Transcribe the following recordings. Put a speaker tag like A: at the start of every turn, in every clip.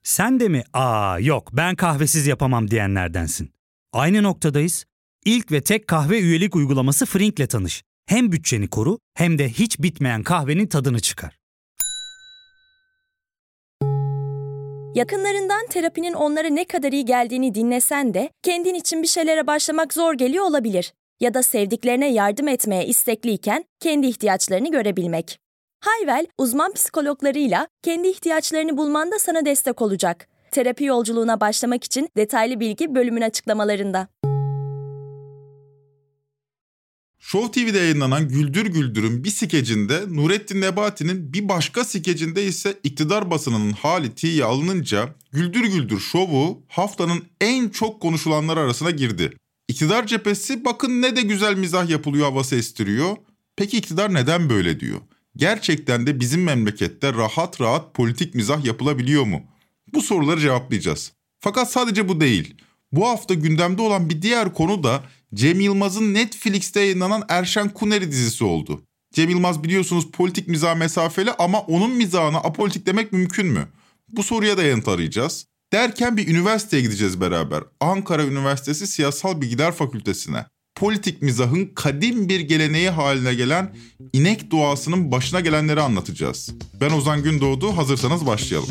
A: Sen de mi yok ben kahvesiz yapamam diyenlerdensin? Aynı noktadayız. İlk ve tek kahve üyelik uygulaması Frink'le tanış. Hem bütçeni koru hem de hiç bitmeyen kahvenin tadını çıkar.
B: Yakınlarından terapinin onlara ne kadar iyi geldiğini dinlesen de kendin için bir şeylere başlamak zor geliyor olabilir. Ya da sevdiklerine yardım etmeye istekliyken kendi ihtiyaçlarını görebilmek. Hayvel, uzman psikologlarıyla kendi ihtiyaçlarını bulmanda sana destek olacak. Terapi yolculuğuna başlamak için detaylı bilgi bölümün açıklamalarında.
C: Show TV'de yayınlanan Güldür Güldür'ün bir skecinde Nurettin Nebati'nin bir başka skecinde ise iktidar basınının hali tiye alınınca Güldür Güldür şovu haftanın en çok konuşulanlar arasına girdi. İktidar cephesi bakın ne de güzel mizah yapılıyor havası estiriyor. Peki iktidar neden böyle diyor? Gerçekten de bizim memlekette rahat rahat politik mizah yapılabiliyor mu? Bu soruları cevaplayacağız. Fakat sadece bu değil. Bu hafta gündemde olan bir diğer konu da Cem Yılmaz'ın Netflix'te yayınlanan Erşen Kuneri dizisi oldu. Cem Yılmaz biliyorsunuz politik mizah mesafeli ama onun mizahına apolitik demek mümkün mü? Bu soruya da yanıt arayacağız. Derken bir üniversiteye gideceğiz beraber. Ankara Üniversitesi Siyasal Bilgiler Fakültesi'ne. Politik mizahın kadim bir geleneği haline gelen inek doğasının başına gelenleri anlatacağız. Ben Ozan Gündoğdu, hazırsanız başlayalım.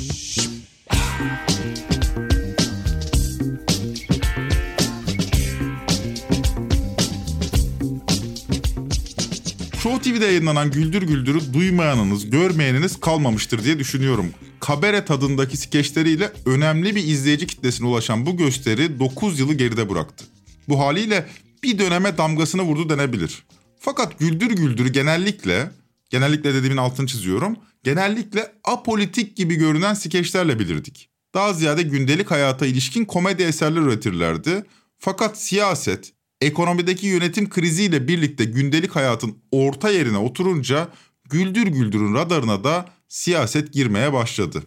C: Show TV'de yayınlanan Güldür Güldür'ü duymayanınız, görmeyeniniz kalmamıştır diye düşünüyorum. Kabare tadındaki skeçleriyle önemli bir izleyici kitlesine ulaşan bu gösteri 9 yılı geride bıraktı. Bu haliyle bir döneme damgasını vurdu denebilir. Fakat Güldür Güldür'ü genellikle dediğimin altını çiziyorum, genellikle apolitik gibi görünen skeçlerle bilirdik. Daha ziyade gündelik hayata ilişkin komedi eserler üretirlerdi. Fakat siyaset, ekonomideki yönetim kriziyle birlikte gündelik hayatın orta yerine oturunca Güldür Güldür'ün radarına da siyaset girmeye başladı.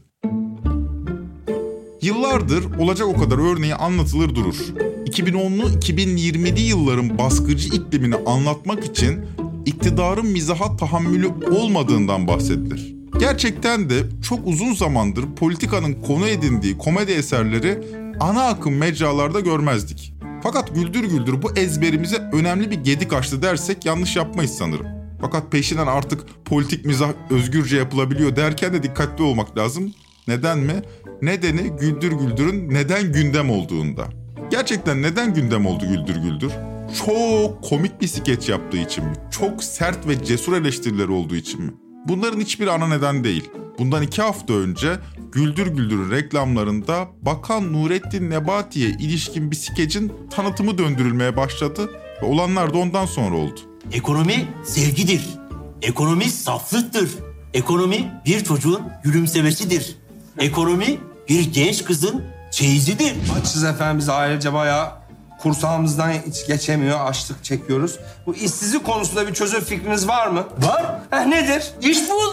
C: Yıllardır olacak o kadar örneği anlatılır durur. 2010'lu 2020'li yılların baskıcı iklimini anlatmak için iktidarın mizaha tahammülü olmadığından bahsedilir. Gerçekten de çok uzun zamandır politikanın konu edindiği komedi eserleri ana akım mecralarda görmezdik. Fakat Güldür Güldür bu ezberimize önemli bir gedik açtı dersek yanlış yapmayız sanırım. Fakat peşinden artık politik mizah özgürce yapılabiliyor derken de dikkatli olmak lazım. Neden mi? Nedeni Güldür Güldür'ün neden gündem olduğunda. Gerçekten neden gündem oldu Güldür Güldür? Çok komik bir skeç yaptığı için mi? Çok sert ve cesur eleştirileri olduğu için mi? Bunların hiçbiri ana neden değil. Bundan 2 hafta önce Güldür Güldür'ün reklamlarında Bakan Nurettin Nebati'ye ilişkin bir skecin tanıtımı döndürülmeye başladı ve olanlar da ondan sonra oldu.
D: Ekonomi sevgidir. Ekonomi saflıktır. Ekonomi bir çocuğun gülümsemesidir. Ekonomi bir genç kızın çeyizidir.
E: Açız efendim, biz ailece bayağı kursağımızdan hiç geçemiyor, açlık çekiyoruz. Bu işsizlik konusunda bir çözüm fikriniz var mı?
D: Var.
E: Nedir?
D: İş bul.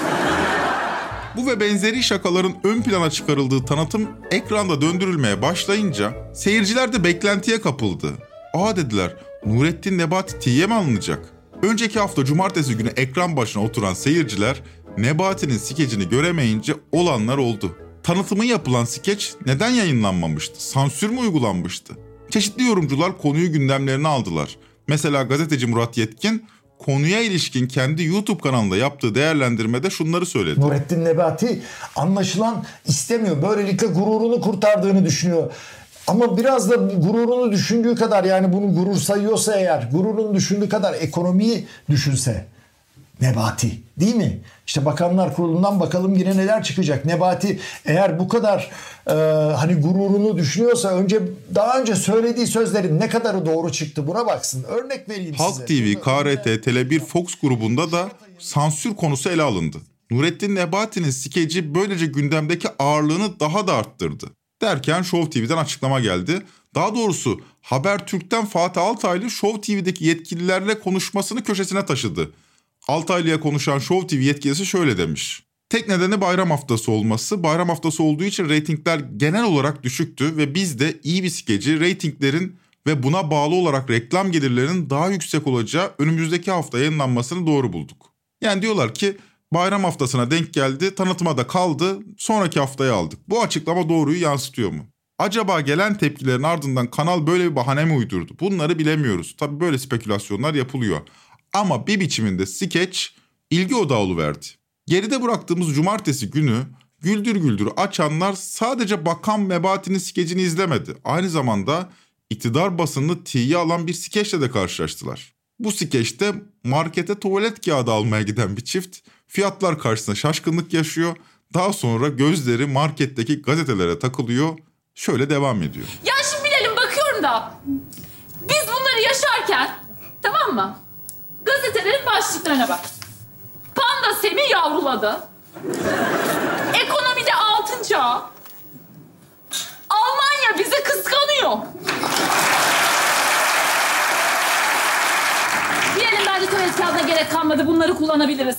C: Bu ve benzeri şakaların ön plana çıkarıldığı tanıtım ekranda döndürülmeye başlayınca seyirciler de beklentiye kapıldı. Dediler, Nurettin Nebati tiye mi alınacak? Önceki hafta cumartesi günü ekran başına oturan seyirciler Nebati'nin skecini göremeyince olanlar oldu. Tanıtımı yapılan skeç neden yayınlanmamıştı? Sansür mü uygulanmıştı? Çeşitli yorumcular konuyu gündemlerine aldılar. Mesela gazeteci Murat Yetkin konuya ilişkin kendi YouTube kanalında yaptığı değerlendirmede şunları söyledi.
F: Nurettin Nebati anlaşılan istemiyor. Böylelikle gururunu kurtardığını düşünüyor. Ama biraz da gururunu düşündüğü kadar, yani bunu gurur sayıyorsa eğer, gururunu düşündüğü kadar ekonomiyi düşünse Nebati, değil mi? İşte Bakanlar Kurulu'ndan bakalım yine neler çıkacak. Nebati eğer bu kadar gururunu düşünüyorsa daha önce söylediği sözlerin ne kadarı doğru çıktı, buna baksın. Örnek vereyim size.
C: Halk TV, KRT, Tele1, Fox grubunda da sansür konusu ele alındı. Nurettin Nebati'nin skeci böylece gündemdeki ağırlığını daha da arttırdı. Derken Show TV'den açıklama geldi. Daha doğrusu Habertürk'ten Fatih Altaylı Show TV'deki yetkililerle konuşmasını köşesine taşıdı. Altaylı'ya konuşan Show TV yetkilisi şöyle demiş. Tek nedeni bayram haftası olması. Bayram haftası olduğu için reytingler genel olarak düşüktü ve biz de iyi bir skeci, reytinglerin ve buna bağlı olarak reklam gelirlerinin daha yüksek olacağı önümüzdeki hafta yayınlanmasını doğru bulduk. Yani diyorlar ki Bayram haftasına denk geldi, tanıtıma da kaldı, sonraki haftaya aldık. Bu açıklama doğruyu yansıtıyor mu? Acaba gelen tepkilerin ardından kanal böyle bir bahane mi uydurdu? Bunları bilemiyoruz. Tabii böyle spekülasyonlar yapılıyor. Ama bir biçiminde skeç ilgi odağı oluverdi. Geride bıraktığımız cumartesi günü Güldür Güldür'ü açanlar sadece Bakan Mebati'nin skecini izlemedi. Aynı zamanda iktidar basınını tiye alan bir skeçle de karşılaştılar. Bu skeçte markete tuvalet kağıdı almaya giden bir çift fiyatlar karşısında şaşkınlık yaşıyor. Daha sonra gözleri marketteki gazetelere takılıyor. Şöyle devam ediyor.
G: Ya şimdi bilelim bakıyorum da biz bunları yaşarken, tamam mı? Gazetelerin başlıklarına bak. Panda Semi yavruladı. Ekonomide altın çağı. Almanya bizi kıskanıyor. Diyelim bence tuvalet kağıdına gerek kalmadı. Bunları kullanabiliriz.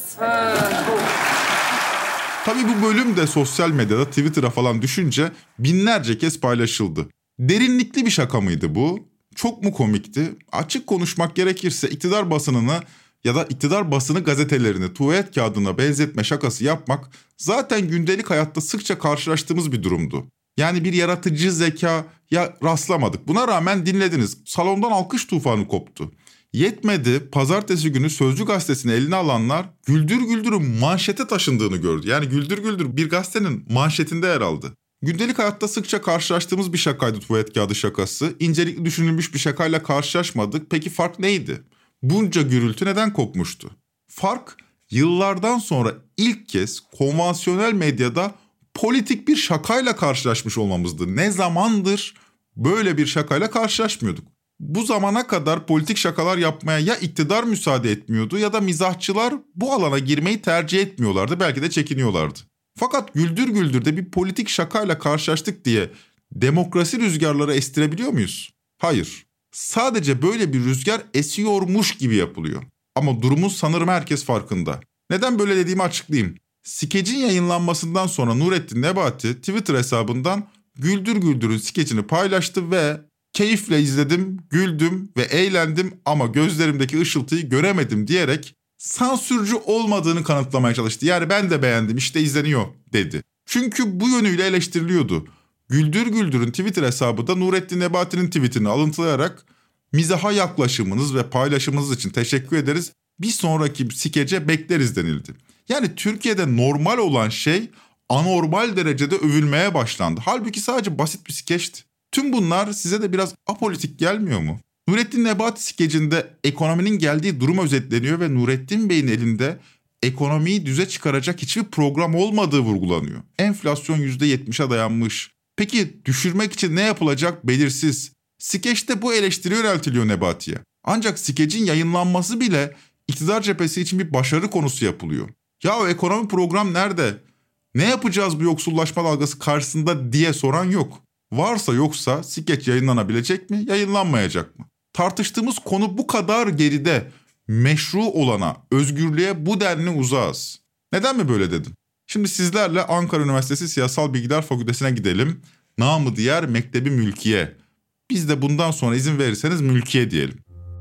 C: Tabii bu bölüm de sosyal medyada, Twitter'a falan düşünce binlerce kez paylaşıldı. Derinlikli bir şaka mıydı bu? Çok mu komikti? Açık konuşmak gerekirse iktidar basınını ya da iktidar basını gazetelerini tuvalet kağıdına benzetme şakası yapmak zaten gündelik hayatta sıkça karşılaştığımız bir durumdu. Yani bir yaratıcı zekaya rastlamadık. Buna rağmen dinlediniz. Salondan alkış tufanı koptu. Yetmedi, pazartesi günü Sözcü gazetesini eline alanlar Güldür Güldür'ün manşete taşındığını gördü. Yani Güldür Güldür bir gazetenin manşetinde yer aldı. Gündelik hayatta sıkça karşılaştığımız bir şakaydı tuvalet kağıdı şakası. İncelikli düşünülmüş bir şakayla karşılaşmadık. Peki fark neydi? Bunca gürültü neden kopmuştu? Fark, yıllardan sonra ilk kez konvansiyonel medyada politik bir şakayla karşılaşmış olmamızdı. Ne zamandır böyle bir şakayla karşılaşmıyorduk. Bu zamana kadar politik şakalar yapmaya ya iktidar müsaade etmiyordu ya da mizahçılar bu alana girmeyi tercih etmiyorlardı. Belki de çekiniyorlardı. Fakat Güldür Güldür'de bir politik şakayla karşılaştık diye demokrasi rüzgarları estirebiliyor muyuz? Hayır. Sadece böyle bir rüzgar esiyormuş gibi yapılıyor. Ama durumun sanırım herkes farkında. Neden böyle dediğimi açıklayayım. Skecin yayınlanmasından sonra Nurettin Nebati Twitter hesabından Güldür Güldür'ün skecini paylaştı ve keyifle izledim, güldüm ve eğlendim ama gözlerimdeki ışıltıyı göremedim diyerek sansürcü olmadığını kanıtlamaya çalıştı. Yani ben de beğendim, işte izleniyor dedi. Çünkü bu yönüyle eleştiriliyordu. Güldür Güldür'ün Twitter hesabı da Nurettin Nebati'nin tweetini alıntılayarak mizaha yaklaşımınız ve paylaşımınız için teşekkür ederiz. Bir sonraki skece bekleriz denildi. Yani Türkiye'de normal olan şey anormal derecede övülmeye başlandı. Halbuki sadece basit bir skeçti. Tüm bunlar size de biraz apolitik gelmiyor mu? Nurettin Nebati skecinde ekonominin geldiği durum özetleniyor ve Nurettin Bey'in elinde ekonomiyi düze çıkaracak hiçbir program olmadığı vurgulanıyor. Enflasyon %70'e dayanmış. Peki düşürmek için ne yapılacak belirsiz. Skeçte bu eleştiri yöneltiliyor Nebati'ye. Ancak skecin yayınlanması bile iktidar cephesi için bir başarı konusu yapılıyor. Ya o ekonomi program nerede? Ne yapacağız bu yoksullaşma dalgası karşısında diye soran yok. Varsa yoksa skeç yayınlanabilecek mi, yayınlanmayacak mı? Tartıştığımız konu bu kadar geride. Meşru olana, özgürlüğe bu denli uzağız. Neden mi böyle dedim? Şimdi sizlerle Ankara Üniversitesi Siyasal Bilgiler Fakültesine gidelim. Namı diğer Mektebi Mülkiye. Biz de bundan sonra izin verirseniz Mülkiye diyelim.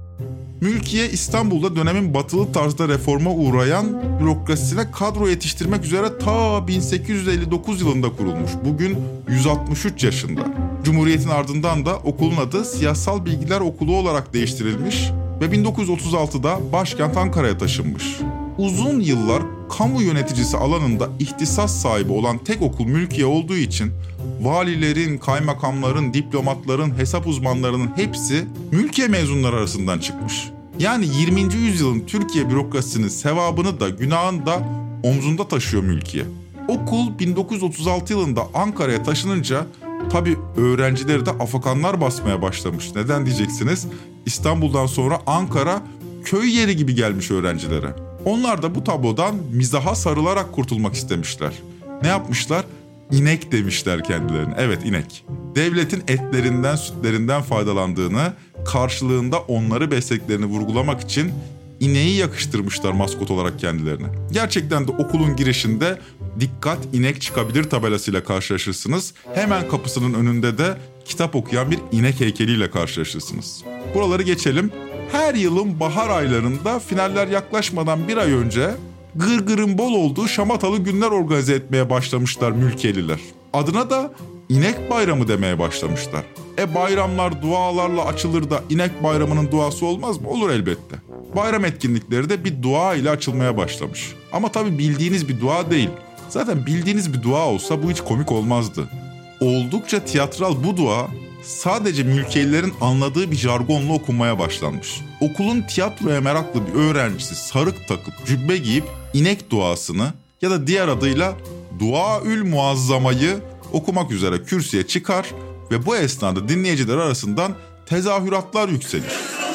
C: Mülkiye, İstanbul'da dönemin batılı tarzda reforma uğrayan bürokrasisine kadro yetiştirmek üzere ta 1859 yılında kurulmuş. Bugün 163 yaşında. Cumhuriyet'in ardından da okulun adı Siyasal Bilgiler Okulu olarak değiştirilmiş ve 1936'da başkent Ankara'ya taşınmış. Uzun yıllar kamu yöneticisi alanında ihtisas sahibi olan tek okul Mülkiye olduğu için valilerin, kaymakamların, diplomatların, hesap uzmanlarının hepsi Mülkiye mezunları arasından çıkmış. Yani 20. yüzyılın Türkiye bürokrasisinin sevabını da günahını da omzunda taşıyor Mülkiye. Okul 1936 yılında Ankara'ya taşınınca tabii öğrencileri de afakanlar basmaya başlamış. Neden diyeceksiniz? İstanbul'dan sonra Ankara köy yeri gibi gelmiş öğrencilere. Onlar da bu tablodan mizaha sarılarak kurtulmak istemişler. Ne yapmışlar? İnek demişler kendilerine. Evet, inek. Devletin etlerinden, sütlerinden faydalandığını, karşılığında onları beslediklerini vurgulamak için ineği yakıştırmışlar maskot olarak kendilerine. Gerçekten de okulun girişinde "Dikkat, inek çıkabilir" tabelasıyla karşılaşırsınız. Hemen kapısının önünde de kitap okuyan bir inek heykeliyle karşılaşırsınız. Buraları geçelim. Her yılın bahar aylarında finaller yaklaşmadan bir ay önce gırgırın bol olduğu şamatalı günler organize etmeye başlamışlar mülkiyeliler. Adına da inek bayramı demeye başlamışlar. Bayramlar dualarla açılır da inek bayramının duası olmaz mı? Olur elbette. Bayram etkinlikleri de bir dua ile açılmaya başlamış. Ama tabii bildiğiniz bir dua değil. Zaten bildiğiniz bir dua olsa bu hiç komik olmazdı. Oldukça tiyatral bu dua sadece mülkiyelilerin anladığı bir jargonla okunmaya başlanmış. Okulun tiyatroya meraklı bir öğrencisi sarık takıp cübbe giyip inek duasını ya da diğer adıyla Duaül Muazzama'yı okumak üzere kürsüye çıkar ve bu esnada dinleyiciler arasından tezahüratlar yükselir.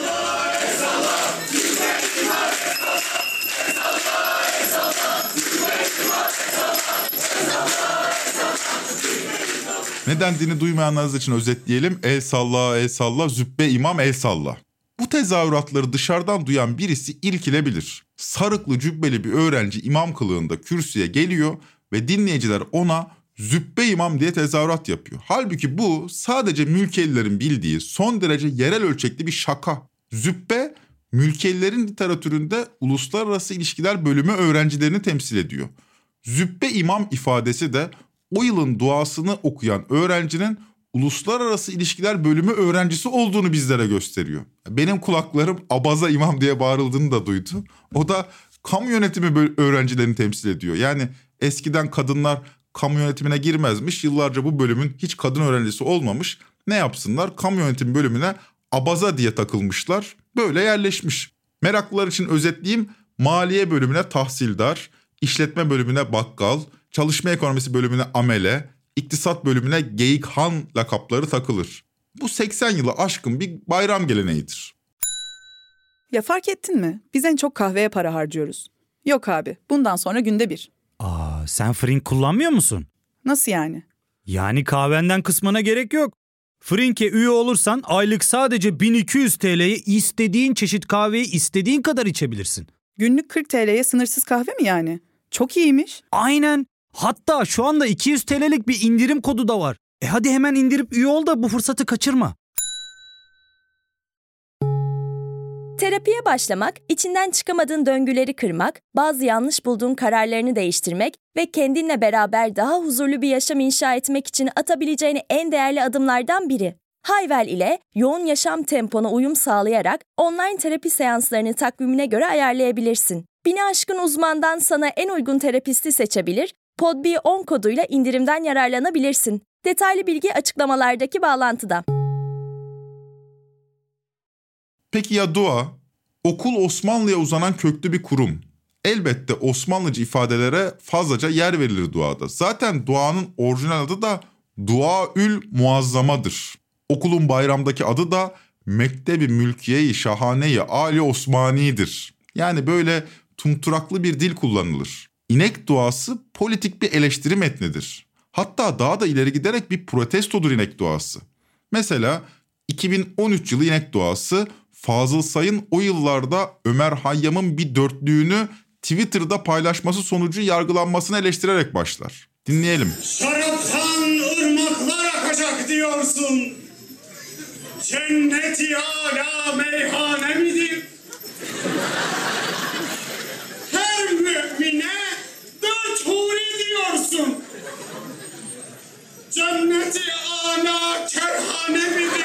C: Ne dendiğini duymayanlarınız için özetleyelim. El salla, el salla, zübbe imam el salla. Bu tezahüratları dışarıdan duyan birisi irkilebilir. Sarıklı cübbeli bir öğrenci imam kılığında kürsüye geliyor ve dinleyiciler ona zübbe imam diye tezahürat yapıyor. Halbuki bu sadece mülkiyelilerin bildiği son derece yerel ölçekli bir şaka. Zübbe, mülkiyelilerin literatüründe uluslararası ilişkiler bölümü öğrencilerini temsil ediyor. Zübbe imam ifadesi de o yılın duasını okuyan öğrencinin uluslararası ilişkiler bölümü öğrencisi olduğunu bizlere gösteriyor. Benim kulaklarım abaza imam diye bağırıldığını da duydu. O da kamu yönetimi öğrencilerini temsil ediyor. Yani eskiden kadınlar kamu yönetimine girmezmiş. Yıllarca bu bölümün hiç kadın öğrencisi olmamış. Ne yapsınlar? Kamu yönetimi bölümüne abaza diye takılmışlar. Böyle yerleşmiş. Meraklılar için özetleyeyim. Maliye bölümüne tahsildar, işletme bölümüne bakkal, çalışma ekonomisi bölümüne amele, iktisat bölümüne geyikhan lakapları takılır. Bu 80 yılı aşkın bir bayram geleneğidir.
H: Ya fark ettin mi? Biz en çok kahveye para harcıyoruz. Yok abi, bundan sonra günde bir.
A: Sen Frink kullanmıyor musun?
H: Nasıl yani?
A: Yani kahvenden kısmına gerek yok. Frink'e üye olursan aylık sadece 1200 TL'ye istediğin çeşit kahveyi istediğin kadar içebilirsin.
H: Günlük 40 TL'ye sınırsız kahve mi yani? Çok iyiymiş.
A: Aynen. Hatta şu anda 200 TL'lik bir indirim kodu da var. Hadi hemen indirip üye ol da bu fırsatı kaçırma.
B: Terapiye başlamak, içinden çıkamadığın döngüleri kırmak, bazı yanlış bulduğun kararlarını değiştirmek ve kendinle beraber daha huzurlu bir yaşam inşa etmek için atabileceğin en değerli adımlardan biri. Hayvel ile yoğun yaşam tempona uyum sağlayarak online terapi seanslarını takvimine göre ayarlayabilirsin. 1000'i aşkın uzmandan sana en uygun terapisti seçebilir, PodB10 koduyla indirimden yararlanabilirsin. Detaylı bilgi açıklamalardaki bağlantıda.
C: Peki ya dua? Okul Osmanlı'ya uzanan köklü bir kurum. Elbette Osmanlıcı ifadelere fazlaca yer verilir duada. Zaten duanın orijinal adı da Duaül Muazzama'dır. Okulun bayramdaki adı da Mektebi Mülkiye-i Şahane-i Ali Osmani'dir. Yani böyle tumturaklı bir dil kullanılır. İnek duası politik bir eleştiri metnidir. Hatta daha da ileri giderek bir protestodur inek duası. Mesela 2013 yılı inek duası Fazıl Say'ın o yıllarda Ömer Hayyam'ın bir dörtlüğünü Twitter'da paylaşması sonucu yargılanmasını eleştirerek başlar. Dinleyelim.
I: Şaraptan ırmaklar akacak diyorsun. Cennet-i âlâ meyhane midir? Her mümine 4 huri diyorsun. Cennet-i âlâ kerhane midir?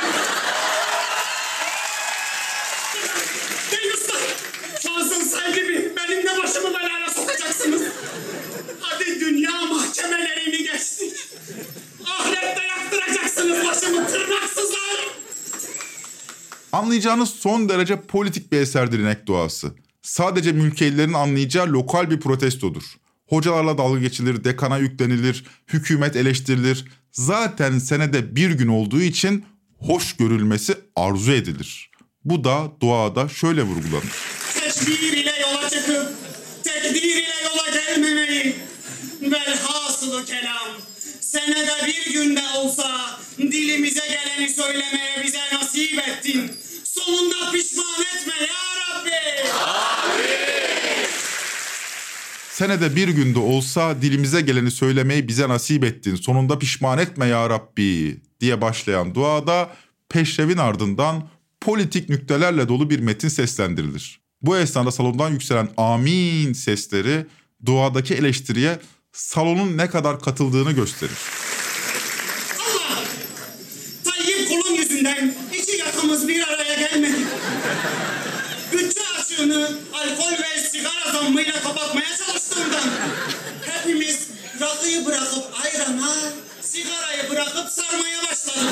I: Deyuslar, Fazıl Say gibi benim de başımı belaya sokacaksınız. Hadi dünya mahkemelerini geçtik. Ahirette yaktıracaksınız başımı tırnaksızlar.
C: Anlayacağınız son derece politik bir eserdir inek duası. Sadece mülkiyelilerin anlayacağı lokal bir protestodur. Hocalarla dalga geçilir, dekana yüklenilir, hükümet eleştirilir. Zaten senede bir gün olduğu için hoş görülmesi arzu edilir. Bu da duada şöyle vurgulanır.
I: Teşbir ile yola çıkıp tekdir ile yola gelmemeyi, velhasılı kelam senede bir günde olsa dilimize geleni söylemeye bize nasip ettin. Sonunda pişman etme ya Rabbi. Amin.
C: Senede bir günde olsa dilimize geleni söylemeyi bize nasip ettin. Sonunda pişman etme ya Rabbi diye başlayan duada peşrevin ardından politik nüktelerle dolu bir metin seslendirilir. Bu esnada salondan yükselen amin sesleri duadaki eleştiriye salonun ne kadar katıldığını gösterir.
I: Allah! Tayyip kulun yüzünden iki yakamız bir araya gelmedi. Bütçe açığını alkol ve sigara zammıyla kapatmaya çalıştığımdan hepimiz rakıyı bırakıp ayrana, sigarayı bırakıp sarmaya başladık.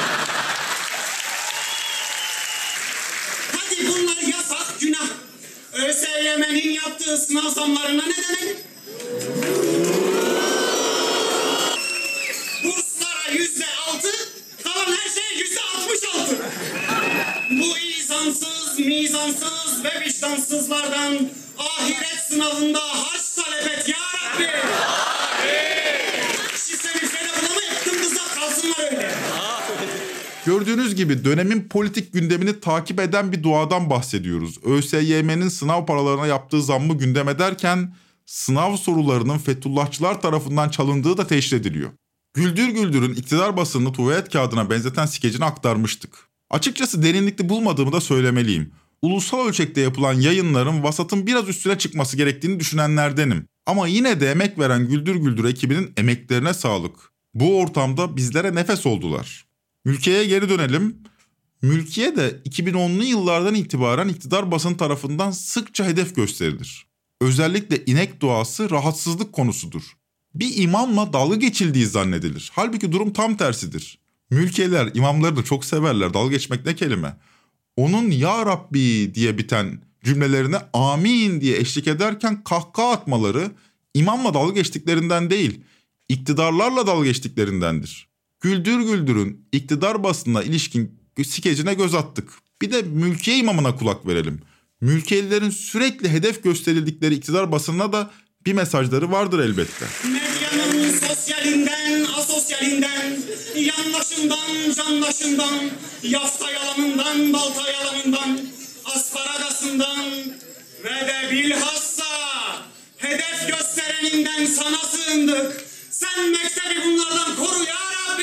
I: Hadi bunlar yasak, günah. ÖSYM'nin yaptığı sınav zamlarına ne demek? Burslara %6, kalan her şey %66. Bu insansız, mizansız ve vicdansızlardan ahiret sınavında harç talep et ya Rabbi. Şifre bulamayıp dımdızlak kalsınlar öyle.
C: Gördüğünüz gibi dönemin politik gündemini takip eden bir duadan bahsediyoruz. ÖSYM'nin sınav paralarına yaptığı zammı gündem ederken sınav sorularının Fethullahçılar tarafından çalındığı da teşhir ediliyor. Güldür Güldür'ün iktidar basınını tuvalet kağıdına benzeten skecini aktarmıştık. Açıkçası derinlikli bulmadığımı da söylemeliyim. Ulusal ölçekte yapılan yayınların vasatın biraz üstüne çıkması gerektiğini düşünenlerdenim. Ama yine de emek veren Güldür Güldür ekibinin emeklerine sağlık. Bu ortamda bizlere nefes oldular. Mülkiye'ye geri dönelim. Mülkiye de 2010'lu yıllardan itibaren iktidar basın tarafından sıkça hedef gösterilir. Özellikle inek duası rahatsızlık konusudur. Bir imamla dalga geçildiği zannedilir. Halbuki durum tam tersidir. Mülkiyeler imamları da çok severler. Dalga geçmek ne kelime. Onun "Ya Rabbi" diye biten cümlelerine "Amin" diye eşlik ederken kahkaha atmaları imamla dalga geçtiklerinden değil, iktidarlarla dalga geçtiklerindendir. Güldür Güldür'ün iktidar basınına ilişkin skecine göz attık. Bir de Mülkiye imamına kulak verelim. Mülkiyelilerin sürekli hedef gösterildikleri iktidar basınına da bir mesajları vardır elbette.
I: Medyanın sosyalinden, asosyalinden, yandaşından, candaşından, yafta yalanından, balta yalanından, asparagasından ve de bilhassa hedef göstereninden sana sığındık. Sen mektebi bunlardan koru ya Rabbi.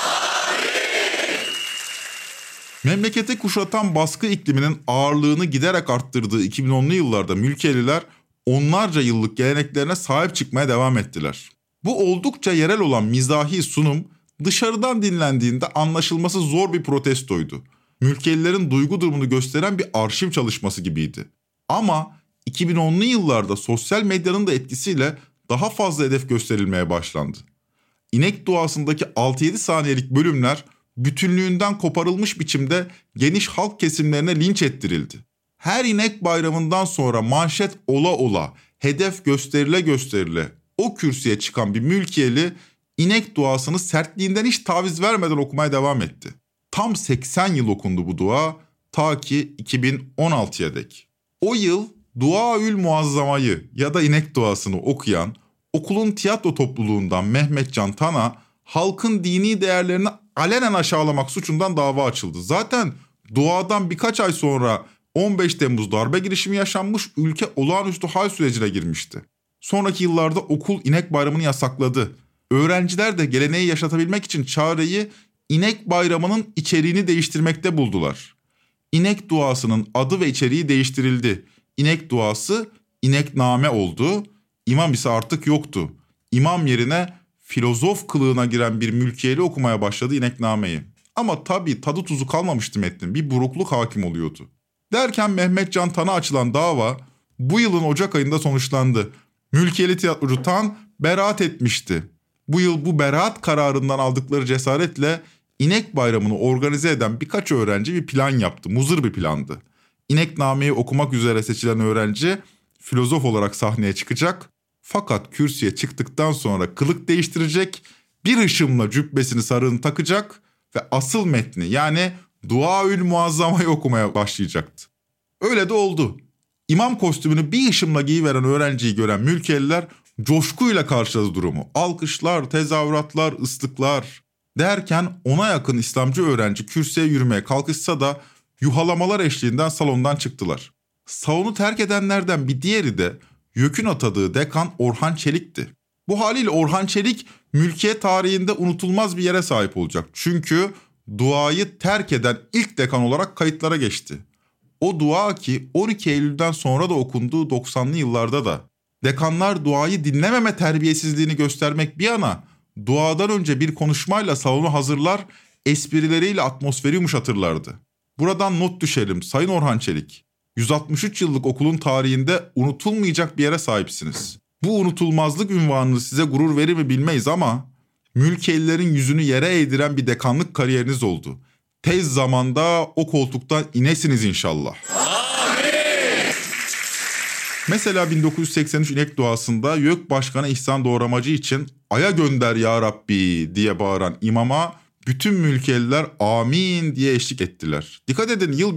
C: Memleketi kuşatan baskı ikliminin ağırlığını giderek arttırdığı 2010'lu yıllarda Mülkiyeliler onlarca yıllık geleneklerine sahip çıkmaya devam ettiler. Bu oldukça yerel olan mizahi sunum dışarıdan dinlendiğinde anlaşılması zor bir protestoydu. Mülkiyelilerin duygu durumunu gösteren bir arşiv çalışması gibiydi. Ama 2010'lu yıllarda sosyal medyanın da etkisiyle daha fazla hedef gösterilmeye başlandı. İnek duasındaki 6-7 saniyelik bölümler bütünlüğünden koparılmış biçimde geniş halk kesimlerine linç ettirildi. Her inek bayramından sonra manşet ola ola, hedef gösterile o kürsüye çıkan bir mülkiyeli inek duasını sertliğinden hiç taviz vermeden okumaya devam etti. Tam 80 yıl okundu bu dua, ta ki 2016'ya dek. O yıl Duaül Muazzama'yı ya da inek duasını okuyan okulun tiyatro topluluğundan Mehmetcan Tan'a halkın dini değerlerini alenen aşağılamak suçundan dava açıldı. Zaten duadan birkaç ay sonra 15 Temmuz darbe girişimi yaşanmış, ülke olağanüstü hal sürecine girmişti. Sonraki yıllarda okul inek bayramını yasakladı. Öğrenciler de geleneği yaşatabilmek için çareyi inek bayramının içeriğini değiştirmekte buldular. İnek duasının adı ve içeriği değiştirildi. İnek duası inekname oldu. İmam ise artık yoktu. İmam yerine filozof kılığına giren bir mülkiyeli okumaya başladı ineknameyi. Ama tabii tadı tuzu kalmamıştı metnin. Bir burukluk hakim oluyordu. Derken Mehmetcan Tan'a açılan dava bu yılın Ocak ayında sonuçlandı. Mülkiyeli tiyatrocu Tan beraat etmişti. Bu yıl bu beraat kararından aldıkları cesaretle inek bayramını organize eden birkaç öğrenci bir plan yaptı. Muzır bir plandı. İneknameyi okumak üzere seçilen öğrenci filozof olarak sahneye çıkacak. Fakat kürsüye çıktıktan sonra kılık değiştirecek, bir hışımla cübbesini sarığını takacak ve asıl metni yani Duaül Muazzama'yı okumaya başlayacaktı. Öyle de oldu. İmam kostümünü bir hışımla giyiveren öğrenciyi gören mülkiyeliler coşkuyla karşıladı durumu. Alkışlar, tezahüratlar, ıslıklar derken 10'a yakın İslamcı öğrenci kürsüye yürümeye kalkışsa da yuhalamalar eşliğinden salondan çıktılar. Salonu terk edenlerden bir diğeri de YÖK'ün atadığı dekan Orhan Çelik'ti. Bu haliyle Orhan Çelik mülkiye tarihinde unutulmaz bir yere sahip olacak. Çünkü duayı terk eden ilk dekan olarak kayıtlara geçti. O dua ki 12 Eylül'den sonra da okunduğu 90'lı yıllarda da. Dekanlar duayı dinlememe terbiyesizliğini göstermek bir yana, duadan önce bir konuşmayla salonu hazırlar, esprileriyle atmosferi yumuşatırlardı. Buradan not düşelim Sayın Orhan Çelik. 163 yıllık okulun tarihinde unutulmayacak bir yere sahipsiniz. Bu unutulmazlık unvanını size gurur verir mi bilmeyiz ama mülkiyelilerin yüzünü yere eğdiren bir dekanlık kariyeriniz oldu. Tez zamanda o koltuktan inesiniz inşallah. Mesela 1983 inek duasında YÖK Başkanı İhsan Doğramacı için "Aya gönder ya Rabbi" diye bağıran imama bütün mülkiyeliler amin diye eşlik ettiler. Dikkat edin, yıl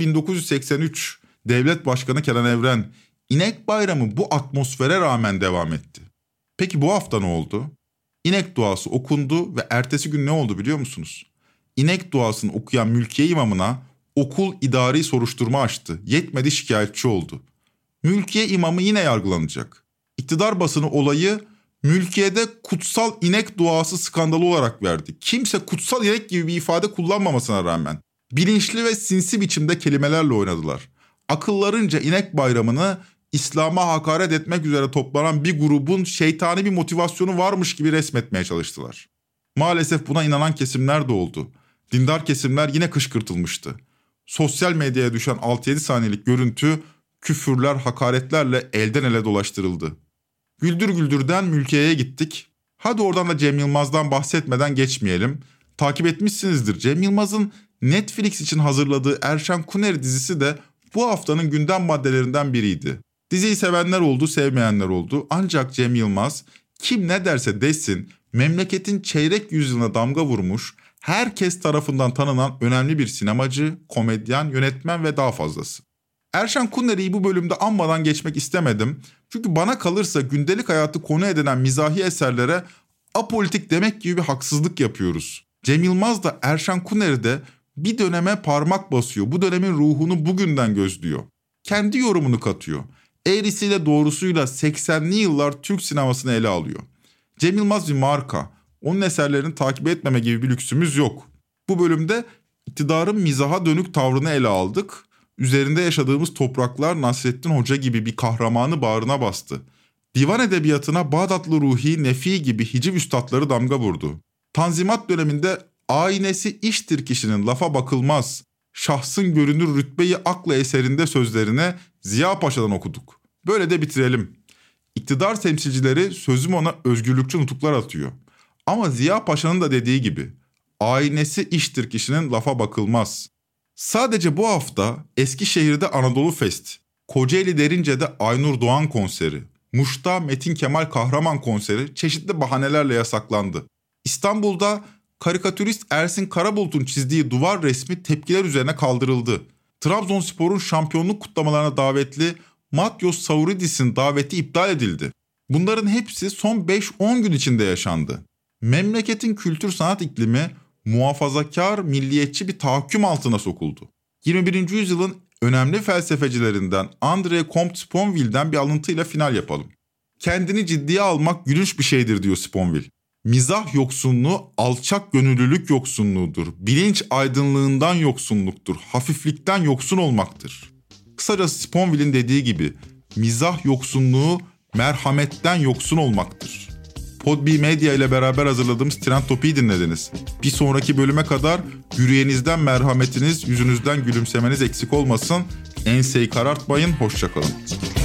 C: 1983. Devlet Başkanı Kenan Evren, İnek Bayramı bu atmosfere rağmen devam etti. Peki bu hafta ne oldu? İnek duası okundu ve ertesi gün ne oldu biliyor musunuz? İnek duasını okuyan mülkiye imamına okul idari soruşturma açtı. Yetmedi, şikayetçi oldu. Mülkiye imamı yine yargılanacak. İktidar basını olayı mülkiyede kutsal inek duası skandalı olarak verdi. Kimse kutsal inek gibi bir ifade kullanmamasına rağmen bilinçli ve sinsi biçimde kelimelerle oynadılar. Akıllarınca inek bayramını İslam'a hakaret etmek üzere toplanan bir grubun şeytani bir motivasyonu varmış gibi resmetmeye çalıştılar. Maalesef buna inanan kesimler de oldu. Dindar kesimler yine kışkırtılmıştı. Sosyal medyaya düşen 6-7 saniyelik görüntü küfürler, hakaretlerle elden ele dolaştırıldı. Güldür Güldür'den mülkiyeye gittik. Hadi oradan da Cem Yılmaz'dan bahsetmeden geçmeyelim. Takip etmişsinizdir. Cem Yılmaz'ın Netflix için hazırladığı Erşan Kuneri dizisi de bu haftanın gündem maddelerinden biriydi. Diziyi sevenler oldu, sevmeyenler oldu. Ancak Cem Yılmaz kim ne derse desin memleketin çeyrek yüzyılına damga vurmuş, herkes tarafından tanınan önemli bir sinemacı, komedyen, yönetmen ve daha fazlası. Erşan Kuneri'yi bu bölümde anmadan geçmek istemedim. Çünkü bana kalırsa gündelik hayatı konu edinen mizahi eserlere apolitik demek gibi bir haksızlık yapıyoruz. Cem Yılmaz da Erşan Kuneri de bir döneme parmak basıyor. Bu dönemin ruhunu bugünden gözlüyor. Kendi yorumunu katıyor. Eğrisiyle doğrusuyla 80'li yıllar Türk sinemasını ele alıyor. Cem Yılmaz bir marka. Onun eserlerini takip etmeme gibi bir lüksümüz yok. Bu bölümde iktidarın mizaha dönük tavrını ele aldık. Üzerinde yaşadığımız topraklar Nasrettin Hoca gibi bir kahramanı bağrına bastı. Divan edebiyatına Bağdatlı Ruhi, Nefi gibi hiciv üstadları damga vurdu. Tanzimat döneminde aynesi iştir kişinin lafa bakılmaz, şahsın görünür rütbeyi akla eserinde sözlerine Ziya Paşa'dan okuduk. Böyle de bitirelim. İktidar temsilcileri sözüm ona özgürlükçü nutuklar atıyor. Ama Ziya Paşa'nın da dediği gibi aynesi iştir kişinin lafa bakılmaz. Sadece bu hafta Eskişehir'de Anadolu Fest, Kocaeli Derince'de Aynur Doğan konseri, Muş'ta Metin Kemal Kahraman konseri çeşitli bahanelerle yasaklandı. İstanbul'da karikatürist Ersin Karabulut'un çizdiği duvar resmi tepkiler üzerine kaldırıldı. Trabzonspor'un şampiyonluk kutlamalarına davetli Matyos Sauridis'in daveti iptal edildi. Bunların hepsi son 5-10 gün içinde yaşandı. Memleketin kültür sanat iklimi muhafazakar, milliyetçi bir tahakküm altına sokuldu. 21. yüzyılın önemli felsefecilerinden André Comte-Sponville'den bir alıntıyla final yapalım. Kendini ciddiye almak gülünç bir şeydir diyor Sponville. Mizah yoksunluğu alçak gönüllülük yoksunluğudur. Bilinç aydınlığından yoksunluktur. Hafiflikten yoksun olmaktır. Kısacası Sponville'in dediği gibi mizah yoksunluğu merhametten yoksun olmaktır. Podbi Medya ile beraber hazırladığımız Trend Topi'yi dinlediniz. Bir sonraki bölüme kadar yüreğinizden merhametiniz, yüzünüzden gülümsemeniz eksik olmasın. Enseyi karartmayın, hoşça kalın.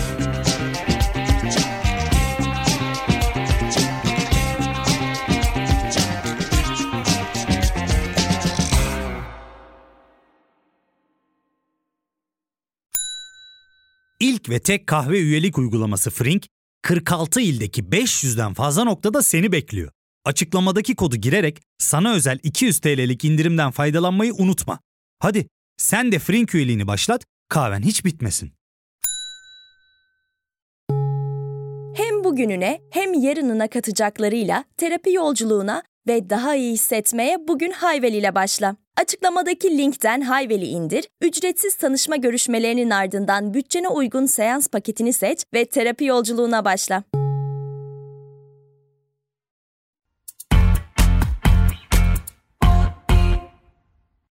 A: İlk ve tek kahve üyelik uygulaması Frink, 46 ildeki 500'den fazla noktada seni bekliyor. Açıklamadaki kodu girerek sana özel 200 TL'lik indirimden faydalanmayı unutma. Hadi sen de Frink üyeliğini başlat, kahven hiç bitmesin.
B: Hem bugününe hem yarınına katacaklarıyla terapi yolculuğuna ve daha iyi hissetmeye bugün Hayvel ile başla. Açıklamadaki linkten Hayvel'i indir, ücretsiz tanışma görüşmelerinin ardından bütçene uygun seans paketini seç ve terapi yolculuğuna başla.